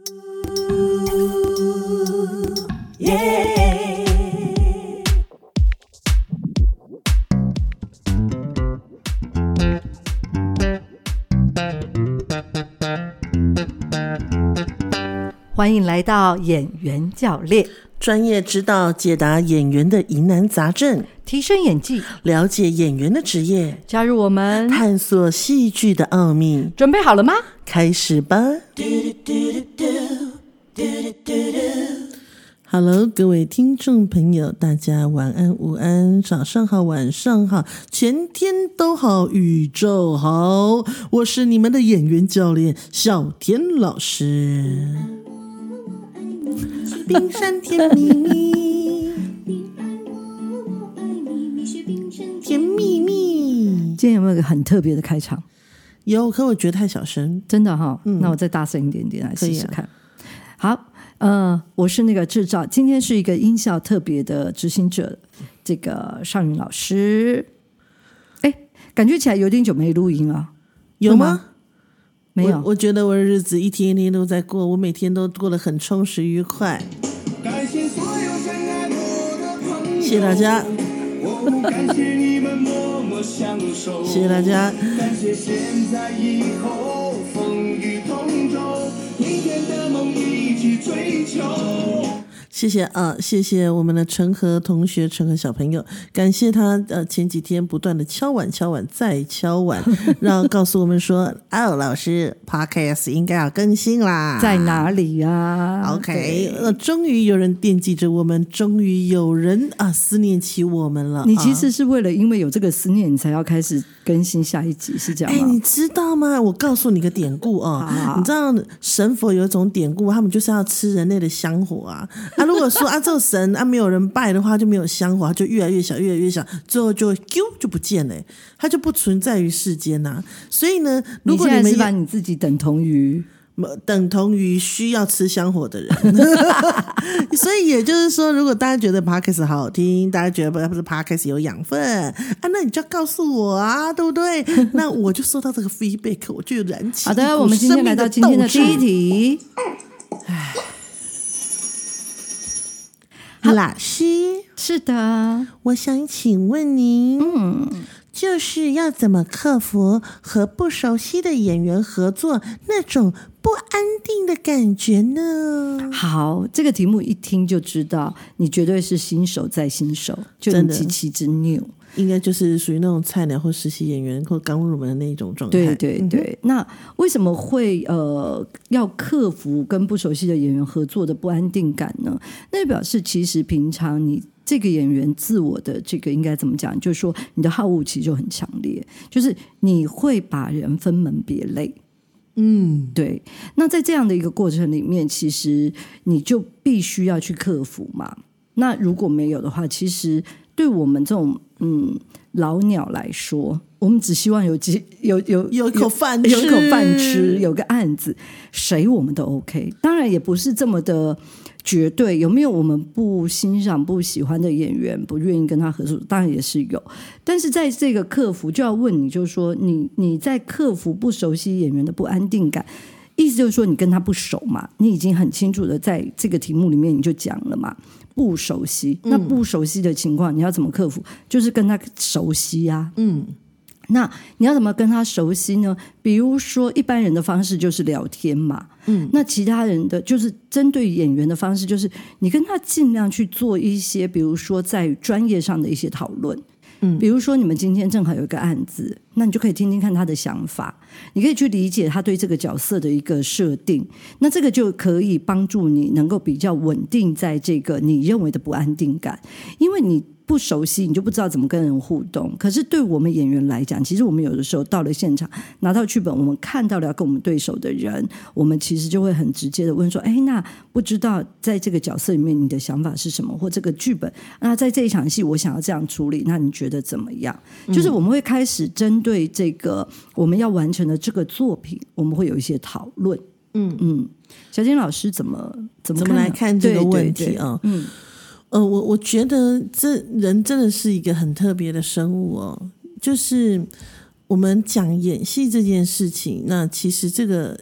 欢迎来到演员教练， 专业指导解答演员的疑难杂症， 提升演技， 了解演员的职业， 加入我们探索戏剧的奥秘。 准备好了吗？ 开始吧。Hello， 各位听众朋友，大家晚安、午安、早上好、晚上好，全天都好，宇宙好。我是你们的演员教练小田老师。冰山甜蜜蜜，甜蜜蜜。 今天有没有一个很特别的开场？ 有，可我觉得太小声， 真的哈、那我再大声一点点来试试看。好，我是那个制造，今天是一个音效特别的执行者，这个尚云老师。哎，感觉起来有点久没录音了， 有吗？ 没有。 我觉得我的日子一天一天都在过，我每天都过得很充实愉快。 感谢所有深爱我的朋友， 谢谢大家， 我感谢你们默默相守， 谢谢大家， 感谢现在以后风雨同舟，明天的梦一起追求。 谢谢啊，谢谢我们的陈和同学、陈和小朋友，感谢他前几天不断的敲碗再敲碗，然后告诉我们说，哦，老师 Podcast 应该要更新啦， 在哪里啊 ？OK， 终于有人惦记着我们，终于有人思念起我们了。 你其实是为了因为有这个思念，你才要开始更新下一集，是这样吗？ 你知道吗？我告诉你个典故你知道神佛有一种典故，他们就是要吃人类的香火啊。如果说这个神没有人拜的话，就没有香火，它就越来越小，越来越小，最后就就不见了，它就不存在于世间呐。所以呢，如果你现在是把你自己等同于需要吃香火的人，所以也就是说，如果大家觉得 Podcast 好听，大家觉得不是 Podcast 有养分那你就要告诉我啊，对不对？那我就收到这个 feedback， 我就燃起好的，我们今天来到今天的第一题。 老师， 是的， 我想请问您，就是要怎么克服和不熟悉的演员合作那种不安定的感觉呢？ 好，这个题目一听就知道，你绝对是新手在新手，就你极其之 new。 应该就是属于那种菜鸟或实习演员或刚入门的那种状态。 对，那为什么会要克服跟不熟悉的演员合作的不安定感呢？那表示其实平常你这个演员自我的这个应该怎么讲，就是说你的好恶其实就很强烈，就是你会把人分门别类。对。那在这样的一个过程里面，其实你就必须要去克服嘛。那如果没有的话，其实对我们这种老鸟来说，我们只希望有一口饭吃，有个案子，谁我们都 OK。当然也不是这么的绝对，有没有我们不欣赏、不喜欢的演员，不愿意跟他合作？当然也是有。但是在这个克服，就要问你，就是说你在克服不熟悉演员的不安定感。意思就是说你跟他不熟嘛，你已经很清楚的在这个题目里面你就讲了嘛，不熟悉。那不熟悉的情况你要怎么克服？就是跟他熟悉啊。那你要怎么跟他熟悉呢？比如说一般人的方式就是聊天嘛。那其他人的就是针对演员的方式，就是你跟他尽量去做一些，比如说在专业上的一些讨论。比如说你们今天正好有一个案子，那你就可以听听看他的想法，你可以去理解他对这个角色的一个设定，那这个就可以帮助你能够比较稳定在这个你认为的不安定感。因为你不熟悉，你就不知道怎么跟人互动。可是对我们演员来讲，其实我们有的时候到了现场，拿到剧本，我们看到了要跟我们对手的人，我们其实就会很直接的问说，那不知道在这个角色里面你的想法是什么，或这个剧本，那在这一场戏我想要这样处理，那你觉得怎么样？就是我们会开始针对这个我们要完成的这个作品，我们会有一些讨论。小金老师怎么来看这个问题啊？我觉得这人真的是一个很特别的生物哦。就是我们讲演戏这件事情，那其实这个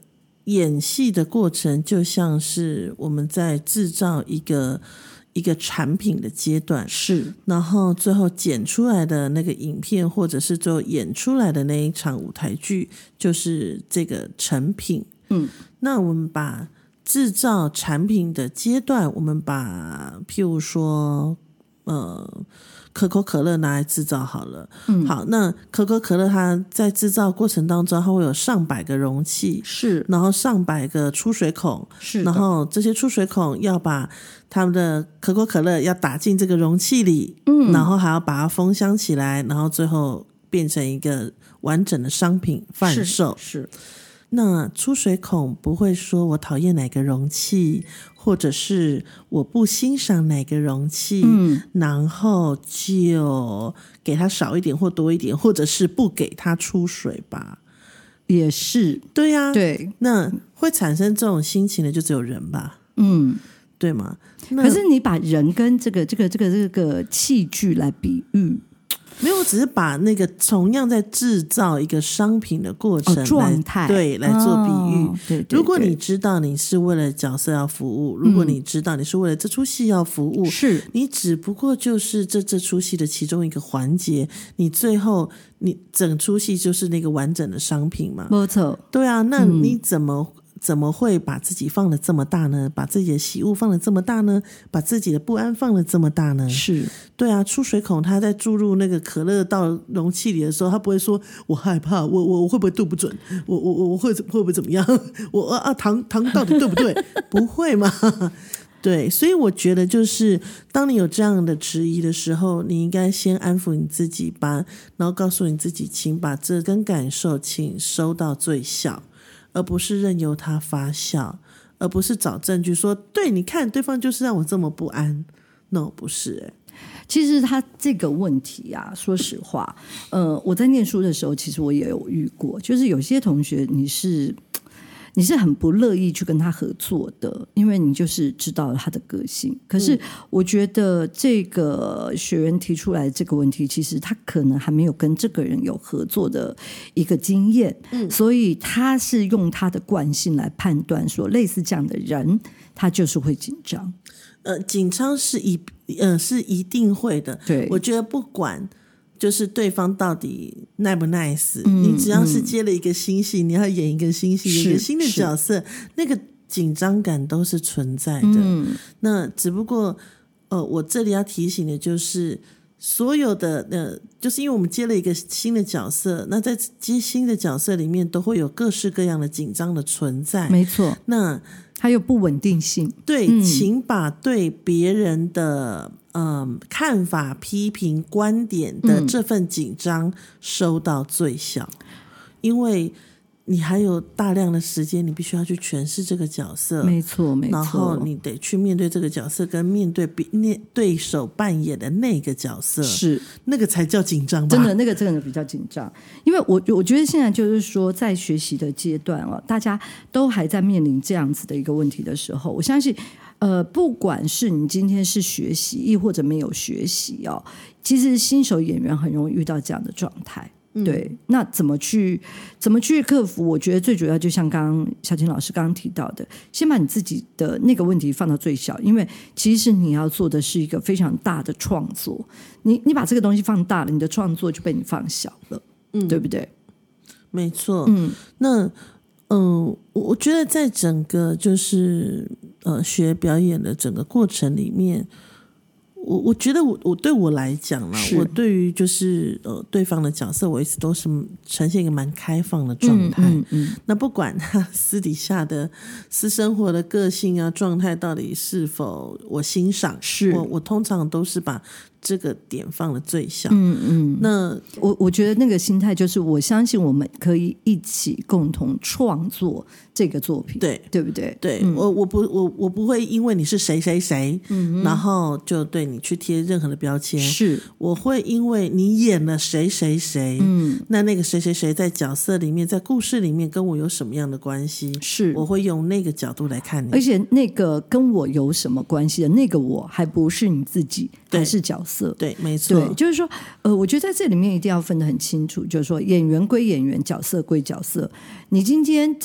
演戏的过程就像是我们在制造一个产品的阶段， 是， 然后最后剪出来的那个影片，或者是最后演出来的那一场舞台剧，就是这个成品。那我们把制造产品的阶段，我们把譬如说可口可乐拿来制造好了。好，那可口可乐它在制造过程当中，它会有上百个容器， 是， 然后上百个出水孔， 是， 然后这些出水孔要把他们的可口可乐要打进这个容器里，然后还要把它封箱起来，然后最后变成一个完整的商品贩售。 是。 那出水孔不会说我讨厌哪个容器，或者是我不欣赏哪个容器，然后就给它少一点或多一点，或者是不给它出水吧。 也是， 对呀， 对， 那会产生这种心情的就只有人吧，对吗？ 可是你把人跟这个器具来比喻。 没有，我只是把那个同样在制造一个商品的过程状态， 对，来做比喻。 对， 如果你知道你是为了角色要服务，如果你知道你是为了这出戏要服务， 是你只不过就是这出戏的其中一个环节，你最后你整出戏就是那个完整的商品嘛， 没错。 对啊，那你怎么会把自己放得这么大呢？把自己的喜恶放得这么大呢？把自己的不安放得这么大呢？ 是，对啊，出水孔他在注入那个可乐到容器里的时候，他不会说我害怕，我会不会对不准，我会不会怎么样，我糖到底对不对？不会嘛。对，所以我觉得就是当你有这样的迟疑的时候，你应该先安抚你自己吧，然后告诉你自己，请把这根感受请收到最小，而不是任由它发酵，而不是找证据说对，你看对方就是让我这么不安。No， 不是其实他这个问题啊，说实话，我在念书的时候，其实我也有遇过，就是有些同学你是很不乐意去跟他合作的，因为你就是知道了他的个性。可是我觉得这个学员提出来这个问题，其实他可能还没有跟这个人有合作的一个经验，所以他是用他的惯性来判断说，类似这样的人，他就是会紧张。 紧张是一定会的。 对， 我觉得不管就是对方到底 nice 不 nice，你只要是接了一个新戏，你要演一个新戏，一个新的角色，那个紧张感都是存在的。那只不过我这里要提醒的就是所有的就是因为我们接了一个新的角色，那在接新的角色里面都会有各式各样的紧张的存在， 没错。 那还有不稳定性， 对，请把对别人的看法、批评、观点的这份紧张收到最小，因为你还有大量的时间，你必须要去诠释这个角色， 没错，没错。 然后你得去面对这个角色，跟面对对手扮演的那个角色， 是那个才叫紧张吧？ 真的，那个真的比较紧张。因为我觉得现在就是说，在学习的阶段哦，大家都还在面临这样子的一个问题的时候，我相信，不管是你今天是学习，亦或者没有学习哦，其实新手演员很容易遇到这样的状态。对，那怎么去克服？我觉得最主要就像刚刚小琴老师刚刚提到的，先把你自己的那个问题放到最小，因为其实你要做的是一个非常大的创作，你把这个东西放大了，你的创作就被你放小了，对不对？ 没错。那我觉得在整个就是学表演的整个过程里面，我觉得我对我来讲啦，我对于就是对方的角色，我一直都是呈现一个蛮开放的状态。那不管他私底下的私生活的个性啊状态到底是否我欣赏，是我通常都是把这个点放的最小。那我觉得那个心态就是，我相信我们可以一起共同创作这个作品，对不对？ 对，我不会因为你是谁谁谁，然后就对你去贴任何的标签。是，我会因为你演了谁谁谁，那个谁谁谁在角色里面，在故事里面跟我有什么样的关系？是，我会用那个角度来看你， 而且那个跟我有什么关系的那个我还不是你自己，还是角色。 对，没错。 对，就是说，我觉得在这里面一定要分得很清楚，就是说，演员归演员，角色归角色。你今天在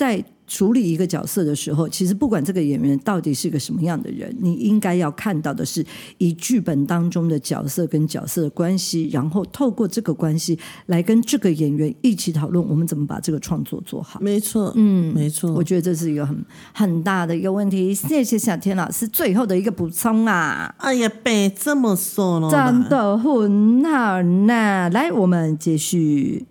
处理一个角色的时候，其实不管这个演员到底是个什么样的人，你应该要看到的是以剧本当中的角色跟角色的关系，然后透过这个关系来跟这个演员一起讨论我们怎么把这个创作做好。 没错，没错， 我觉得这是一个很大的一个问题。谢谢小天老师最后的一个补充啊！ 哎呀，别这么说了， 真的很好呢。来，我们继续。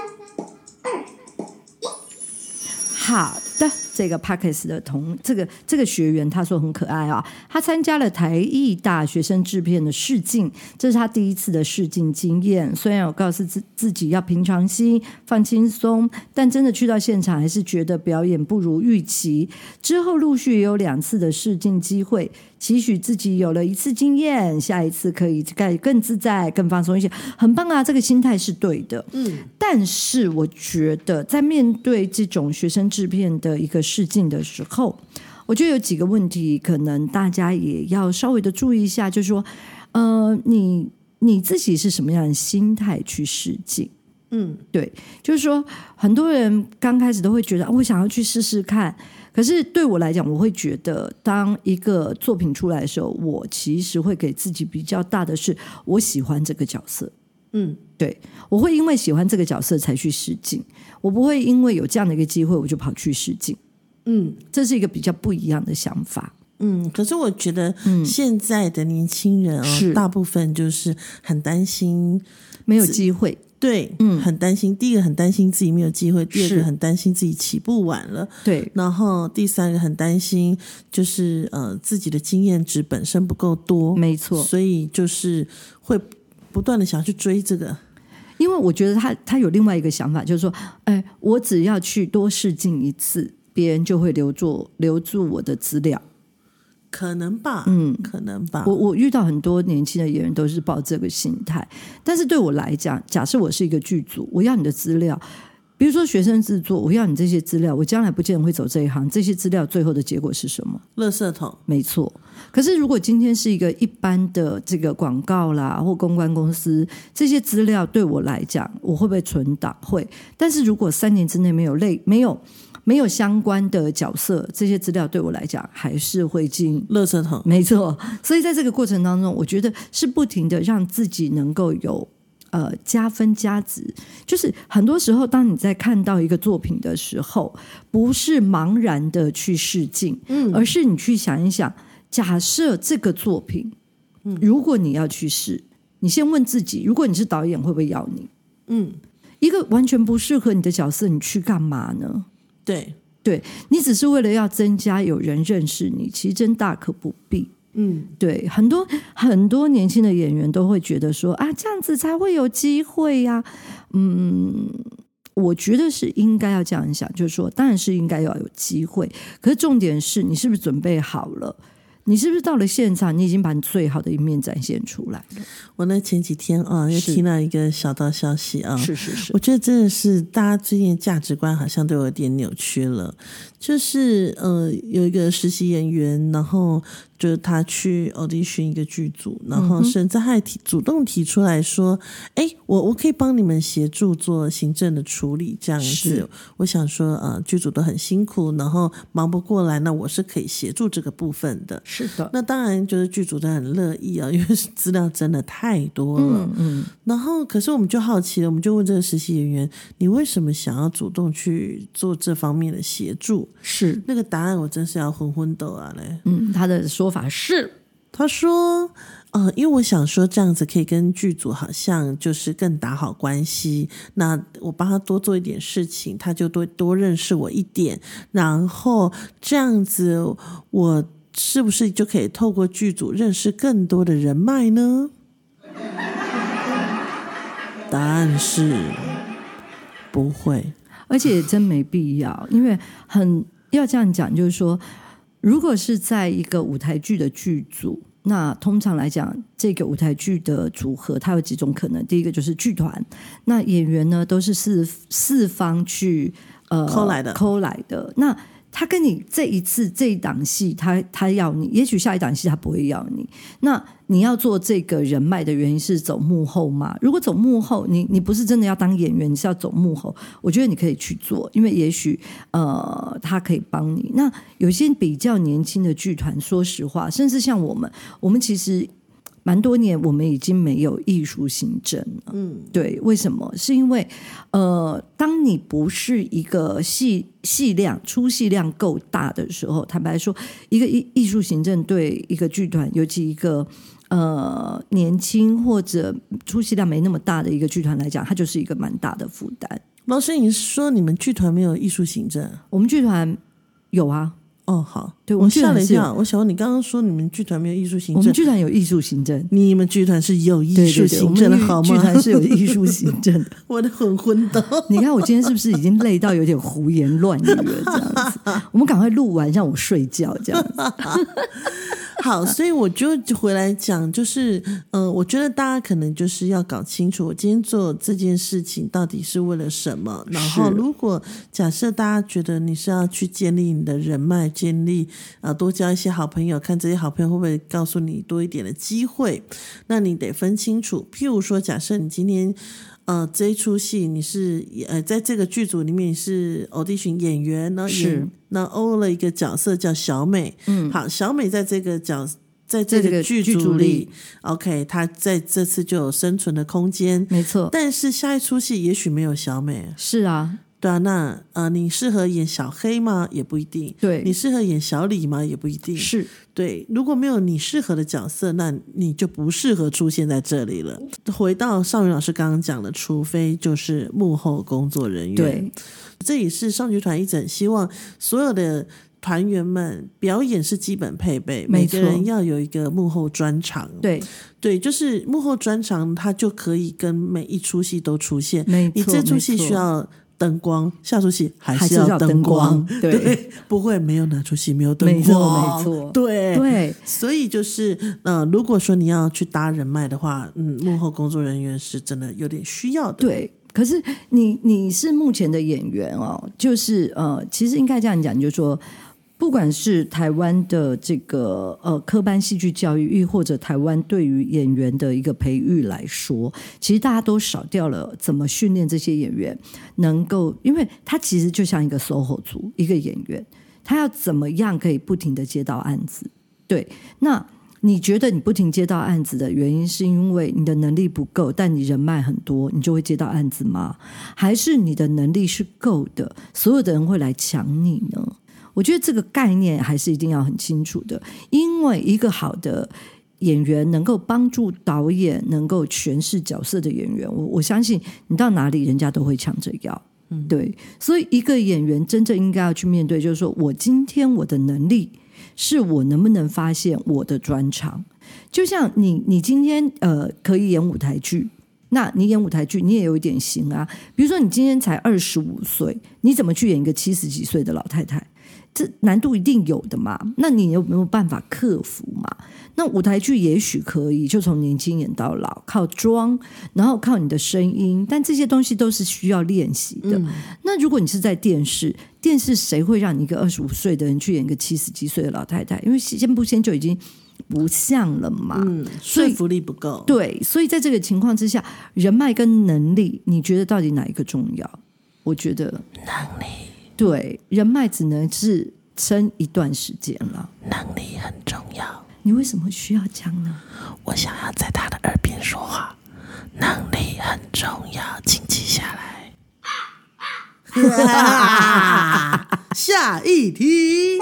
3、2、1。 好的，这个 Podcast 的这个学员他说很可爱啊，他参加了台艺大学生制片的试镜，这是他第一次的试镜经验。虽然有告诉自己要平常心放轻松，但真的去到现场还是觉得表演不如预期。之后陆续也有2次的试镜机会，期许自己有了1次经验，下一次可以更自在更放松一些，很棒啊，这个心态是对的。但是我觉得在面对这种学生制片的一个试镜的时候，我觉得有几个问题可能大家也要稍微的注意一下，就是说你自己是什么样的心态去试镜。对，就是说很多人刚开始都会觉得我想要去试试看，可是对我来讲，我会觉得当一个作品出来的时候，我其实会给自己比较大的是我喜欢这个角色。对，我会因为喜欢这个角色才去试镜，我不会因为有这样的一个机会我就跑去试镜。这是一个比较不一样的想法。 可是我觉得现在的年轻人大部分就是很担心没有机会。 对，很担心。第一个很担心自己没有机会，第二个很担心自己起步晚了， 对， 然后第三个很担心就是自己的经验值本身不够多， 没错， 所以就是会不断的想去追这个。 因为我觉得他有另外一个想法，就是说，我只要去多试镜1次，别人就会留住我的资料。 可能吧，可能吧。 我遇到很多年轻的演员都是抱这个心态，但是对我来讲，假设我是一个剧组，我要你的资料，比如说学生制作，我要你这些资料，我将来不见得会走这一行，这些资料最后的结果是什么？ 垃圾桶。 没错。可是如果今天是一个一般的这个广告啦或公关公司，这些资料对我来讲，我会不会存档？会。但是如果3年之内没有相关的角色，这些资料对我来讲还是会进垃圾桶。 没错。所以在这个过程当中，我觉得是不停的让自己能够有加分加值。就是很多时候当你在看到一个作品的时候，不是茫然的去试镜，而是你去想一想，假设这个作品如果你要去试，你先问自己，如果你是导演会不会要你？一个完全不适合你的角色，你去干嘛呢？对，你只是为了要增加有人认识你，其实真大可不必。对，很多年轻的演员都会觉得说这样子才会有机会呀。我觉得是应该要这样想，就是说当然是应该要有机会，可是重点是你是不是准备好了，你是不是到了现场你已经把你最好的一面展现出来了。 我那前几天又听到一个小道消息是我觉得真的是大家最近的价值观好像都有点扭曲了。就是有一个实习演员，然后就是他去 audition 一个剧组，然后甚至还主动提出来说我可以帮你们协助做行政的处理这样子。我想说剧组都很辛苦，然后忙不过来，那我是可以协助这个部分的。 是的。 那当然就是剧组都很乐意因为资料真的太多了。然后可是我们就好奇了，我们就问这个实习演员，你为什么想要主动去做这方面的协助？ 是那个答案我真是要昏昏抖啊嘞。 他的说法是， 他说因为我想说这样子可以跟剧组好像就是更打好关系，那我帮他多做一点事情，他就多认识我一点，然后这样子我是不是就可以透过剧组认识更多的人脉呢？答案是不会， 而且真没必要。因为要这样讲，就是说如果是在一个舞台剧的剧组，那通常来讲这个舞台剧的组合它有几种可能。第一个就是剧团，那演员呢都是四方去抠来的。那他跟你这一次这一档戏他要你，也许下一档戏他不会要你，那你要做这个人脉的原因是走幕后吗？如果走幕后，你不是真的要当演员，你是要走幕后，我觉得你可以去做，因为也许他可以帮你。那有些比较年轻的剧团，说实话，甚至像我们其实蛮多年我们已经没有艺术行政了。对，为什么？是因为当你不是一个出戏量够大的时候，坦白说，一个艺术行政对一个剧团，尤其一个年轻或者出戏量没那么大的一个剧团来讲，它就是一个蛮大的负担。 老师，你是说你们剧团没有艺术行政？ 我们剧团有啊。 哦，好， 对， 我吓了一跳。我想问你刚刚说你们剧团没有艺术行政， 我们剧团有艺术行政， 你们剧团是有艺术行政的，好吗？ 剧团是有艺术行政的。 我的很昏倒。 你看我今天是不是已经累到有点胡言乱语了？这样子，我们赶快录完让我睡觉，这样子。 好，所以我就回来讲，就是我觉得大家可能就是要搞清楚，我今天做这件事情到底是为了什么。然后，如果假设大家觉得你是要去建立你的人脉，建立多交一些好朋友，看这些好朋友会不会告诉你多一点的机会，那你得分清楚。譬如说，假设你今天这一出戏你是在这个剧组里面你是 audition 演员，然后那欧了一个角色叫小美。好，小美在这个剧组里 OK， 她在这次就有生存的空间， 没错。 但是下一出戏也许没有小美。 是啊， 对啊，那你适合演小黑吗？也不一定。 对， 你适合演小李吗？也不一定。 是， 对，如果没有你适合的角色，那你就不适合出现在这里了。回到少云老师刚刚讲的，除非就是幕后工作人员。 对， 这也是少女团一直很希望所有的团员们，表演是基本配备，每个人要有一个幕后专长。对，就是幕后专长，它就可以跟每一出戏都出现。你这出戏需要灯光，下出戏还是要灯光。对，不会没有哪出戏没有灯光。 没错， 对，所以就是如果说你要去搭人脉的话，幕后工作人员是真的有点需要的。 对。可是你是目前的演员哦，就是其实应该这样讲，就是说，不管是台湾的这个科班戏剧教育，亦或者台湾对于演员的一个培育来说，其实大家都少掉了怎么训练这些演员能够，因为他其实就像一个 SOHO 族，一个演员，他要怎么样可以不停的接到案子？对，那你觉得你不停接到案子的原因是因为你的能力不够，但你人脉很多，你就会接到案子吗？还是你的能力是够的，所有的人会来抢你呢？我觉得这个概念还是一定要很清楚的，因为一个好的演员能够帮助导演能够诠释角色的演员，我相信你到哪里人家都会抢着要。对，所以一个演员真正应该要去面对，就是说我今天我的能力是我能不能发现我的专长。就像你今天可以演舞台剧，那你演舞台剧你也有一点型啊。比如说你今天才25岁，你怎么去演一个70几岁的老太太？这难度一定有的嘛，那你有没有办法克服嘛？那舞台剧也许可以，就从年轻演到老，靠妆，然后靠你的声音，但这些东西都是需要练习的。那如果你是在电视谁会让你一个25岁的人去演一个70几岁的老太太？因为先不先就已经不像了嘛， 说服力不够。 对，所以在这个情况之下，人脉跟能力，你觉得到底哪一个重要？我觉得能力。 对，人脉只能是撑一段时间了， 能力很重要。 你为什么需要讲呢？ 我想要在他的耳边说话，能力很重要，请记下来。下一题。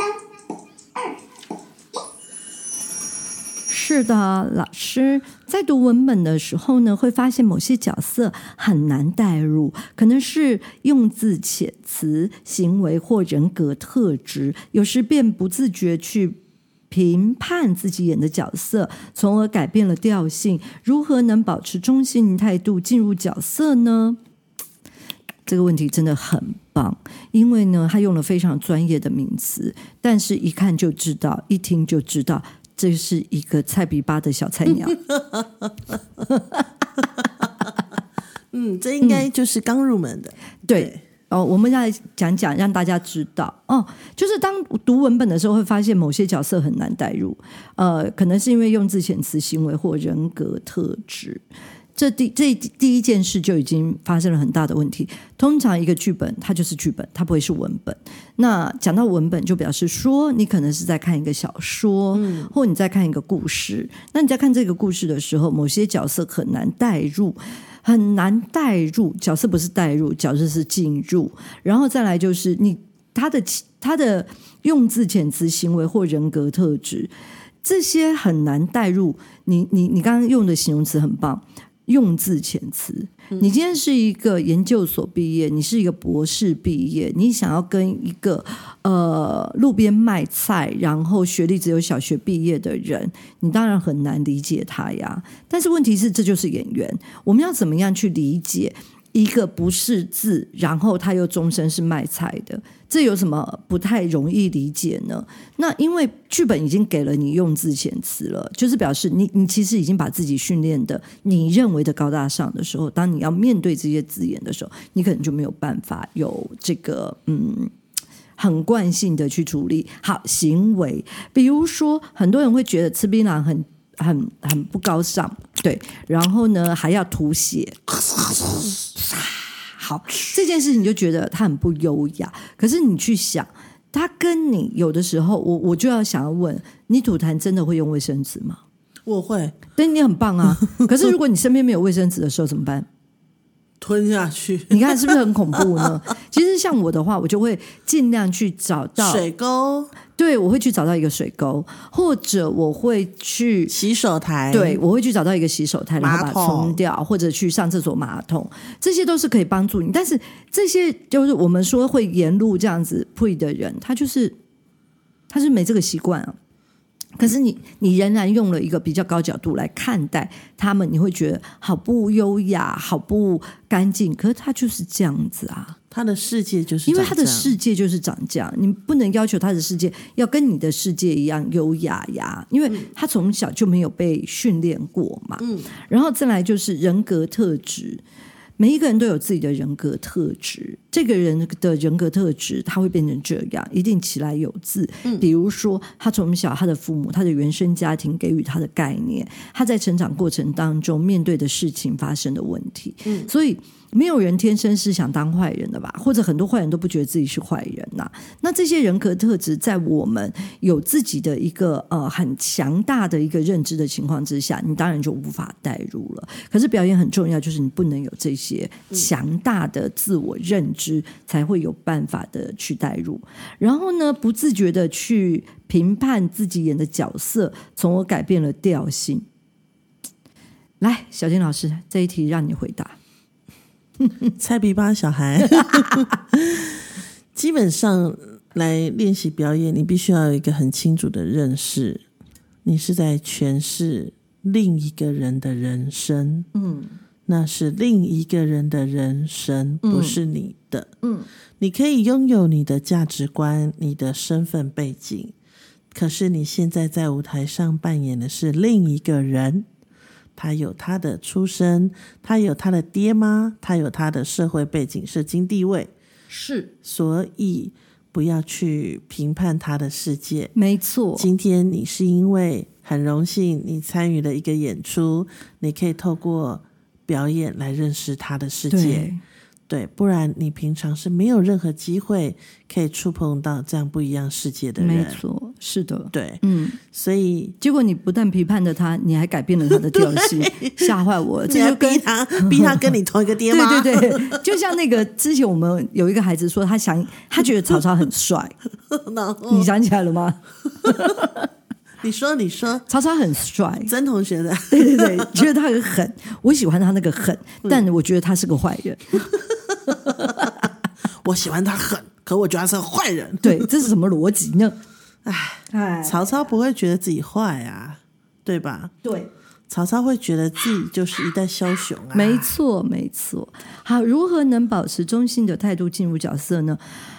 是的，老师在读文本的时候呢，会发现某些角色很难带入，可能是用字遣词、行为或人格特质，有时便不自觉去评判自己演的角色，从而改变了调性。如何能保持中性态度进入角色呢？这个问题真的很棒，因为呢，他用了非常专业的名词，但是一看就知道，一听就知道。这是一个菜比巴的小菜鸟。 这应该就是刚入门的。 对， 我们要讲讲让大家知道就是当读文本的时候会发现某些角色很难带入，可能是因为用字遣词行为或人格特质。这第一件事就已经发生了很大的问题。通常一个剧本它就是剧本，它不会是文本。那讲到文本就表示说你可能是在看一个小说，或你在看一个故事。那你在看这个故事的时候，某些角色很难带入，角色不是带入，角色是进入。然后再来就是他的用字遣词行为或人格特质，这些很难带入。你刚刚用的形容词很棒，用字遣词。你今天是一个研究所毕业，你是一个博士毕业，你想要跟一个路边卖菜然后学历只有小学毕业的人，你当然很难理解他呀。但是问题是这就是演员，我们要怎么样去理解一个不识字然后他又终身是卖菜的，这有什么不太容易理解呢？那因为剧本已经给了你用字遣词了，就是表示你其实已经把自己训练的你认为的高大上的时候，当你要面对这些字眼的时候，你可能就没有办法有这个很惯性的去处理。好，行为，比如说很多人会觉得吃槟榔很不高尚，对，然后呢还要吐血，好，这件事情就觉得他很不优雅。可是你去想，他跟你有的时候，我就要想要问你，吐痰真的会用卫生纸吗？ 我会， 对，你很棒啊。可是如果你身边没有卫生纸的时候怎么办？ 吞下去。 你看是不是很恐怖呢？其实像我的话，我就会尽量去找到水沟， 对，我会去找到一个水沟，或者我会去洗手台， 对，我会去找到一个洗手台，然后把它马桶冲掉，或者去上厕所马桶，这些都是可以帮助你。但是这些就是我们说会沿路这样子配的人，他是没这个习惯啊。可是你仍然用了一个比较高角度来看待他们，你会觉得好不优雅，好不干净。可是他就是这样子啊， 他的世界就是因为他的世界就是长这样，你不能要求他的世界要跟你的世界一样优雅呀，因为他从小就没有被训练过嘛。然后再来就是人格特质。每一个人都有自己的人格特质，这个人的人格特质他会变成这样，一定起来有字。比如说他从小他的父母他的原生家庭给予他的概念，他在成长过程当中面对的事情发生的问题，所以没有人天生是想当坏人的吧，或者很多坏人都不觉得自己是坏人呐。那这些人格特质在我们有自己的一个很强大的一个认知的情况之下，你当然就无法带入了。可是表演很重要，就是你不能有这些强大的自我认知，才会有办法的去带入。然后呢，不自觉的去评判自己演的角色，从而改变了调性。来，小金老师，这一题让你回答。 菜逼吧小孩基本上来练习表演，你必须要有一个很清楚的认识，你是在诠释另一个人的人生，那是另一个人的人生，不是你的。你可以拥有你的价值观，你的身份背景，可是你现在在舞台上扮演的是另一个人，他有他的出身，他有他的爹妈，他有他的社会背景、社经地位， 是， 所以不要去评判他的世界。 没错， 今天你是因为很荣幸你参与了一个演出，你可以透过表演来认识他的世界，对，不然你平常是没有任何机会可以触碰到这样不一样世界的人。 没错，是的， 对，所以结果你不但批判了他，你还改变了他的调性，吓坏我了。 你还逼他跟你同一个爹妈。 对对对，就像那个之前我们有一个孩子说，他觉得曹操很帅，你想起来了吗？ 你说曹操很帅， 曾同学的， 对对对，觉得他很狠，我喜欢他那个狠，但我觉得他是个坏人。 我喜欢他狠，可我觉得他是个坏人。 对，这是什么逻辑呢？ 曹操不会觉得自己坏啊，对吧？ 对， 曹操会觉得自己就是一代枭雄啊。 没错没错。好，如何能保持中性的态度进入角色呢？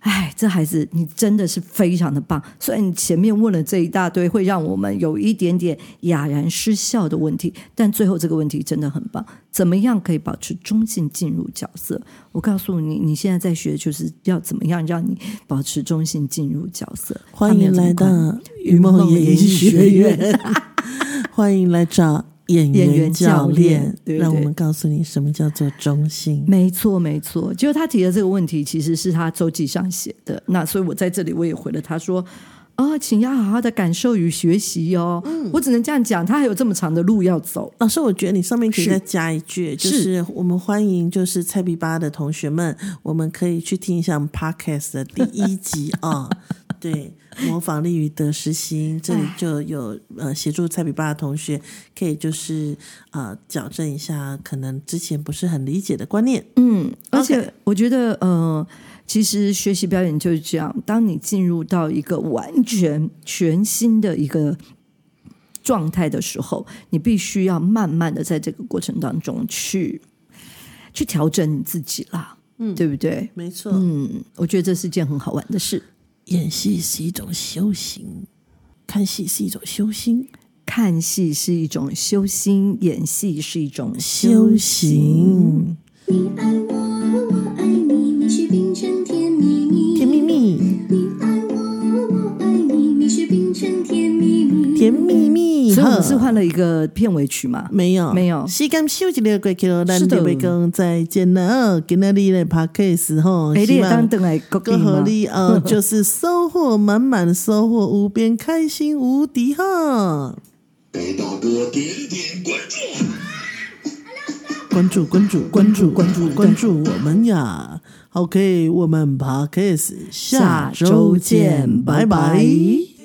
哎，这孩子你真的是非常的棒。虽然你前面问了这一大堆会让我们有一点点哑然失笑的问题，但最后这个问题真的很棒。怎么样可以保持中性进入角色？我告诉你，你现在在学就是要怎么样让你保持中性进入角色。 欢迎来到云梦演艺学院，欢迎来找演员教练， 对对， 让我们告诉你什么叫做中性。 没错没错，结果他提的这个问题其实是他周记上写的，那所以我在这里我也回了他说请要好好的感受与学习哦。我只能这样讲，他还有这么长的路要走。 老师，我觉得你上面可以再加一句，就是我们欢迎就是菜比巴的同学们，我们可以去听一下我们 Podcast 的第1集啊。对，模仿力与得失心，这里就有协助蔡比巴的同学可以就是矫正一下可能之前不是很理解的观念。 而且我觉得其实学习表演就是这样，当你进入到一个完全全新的一个状态的时候，你必须要慢慢的在这个过程当中去调整你自己啦，对不对？ 没错， 我觉得这是件很好玩的事。 演戏是一种修行，看戏是一种修心， 看戏是一种修心，演戏是一种修行。 你爱我，我爱你，蜜雪冰城甜蜜蜜， 甜蜜蜜。 你爱我，我爱你，蜜雪冰城甜蜜蜜， 甜蜜蜜。 所以我们是换了一个片尾曲嘛？ 没有， 没有。 时间休息了过去了，咱就要讲再见了。今天你的 podcast 吼，希望更合理就是收获满满，收获无边，开心无敌哈！ 给大哥点点关注，关注我们呀 ！OK， 我们 podcast 下周见，拜拜。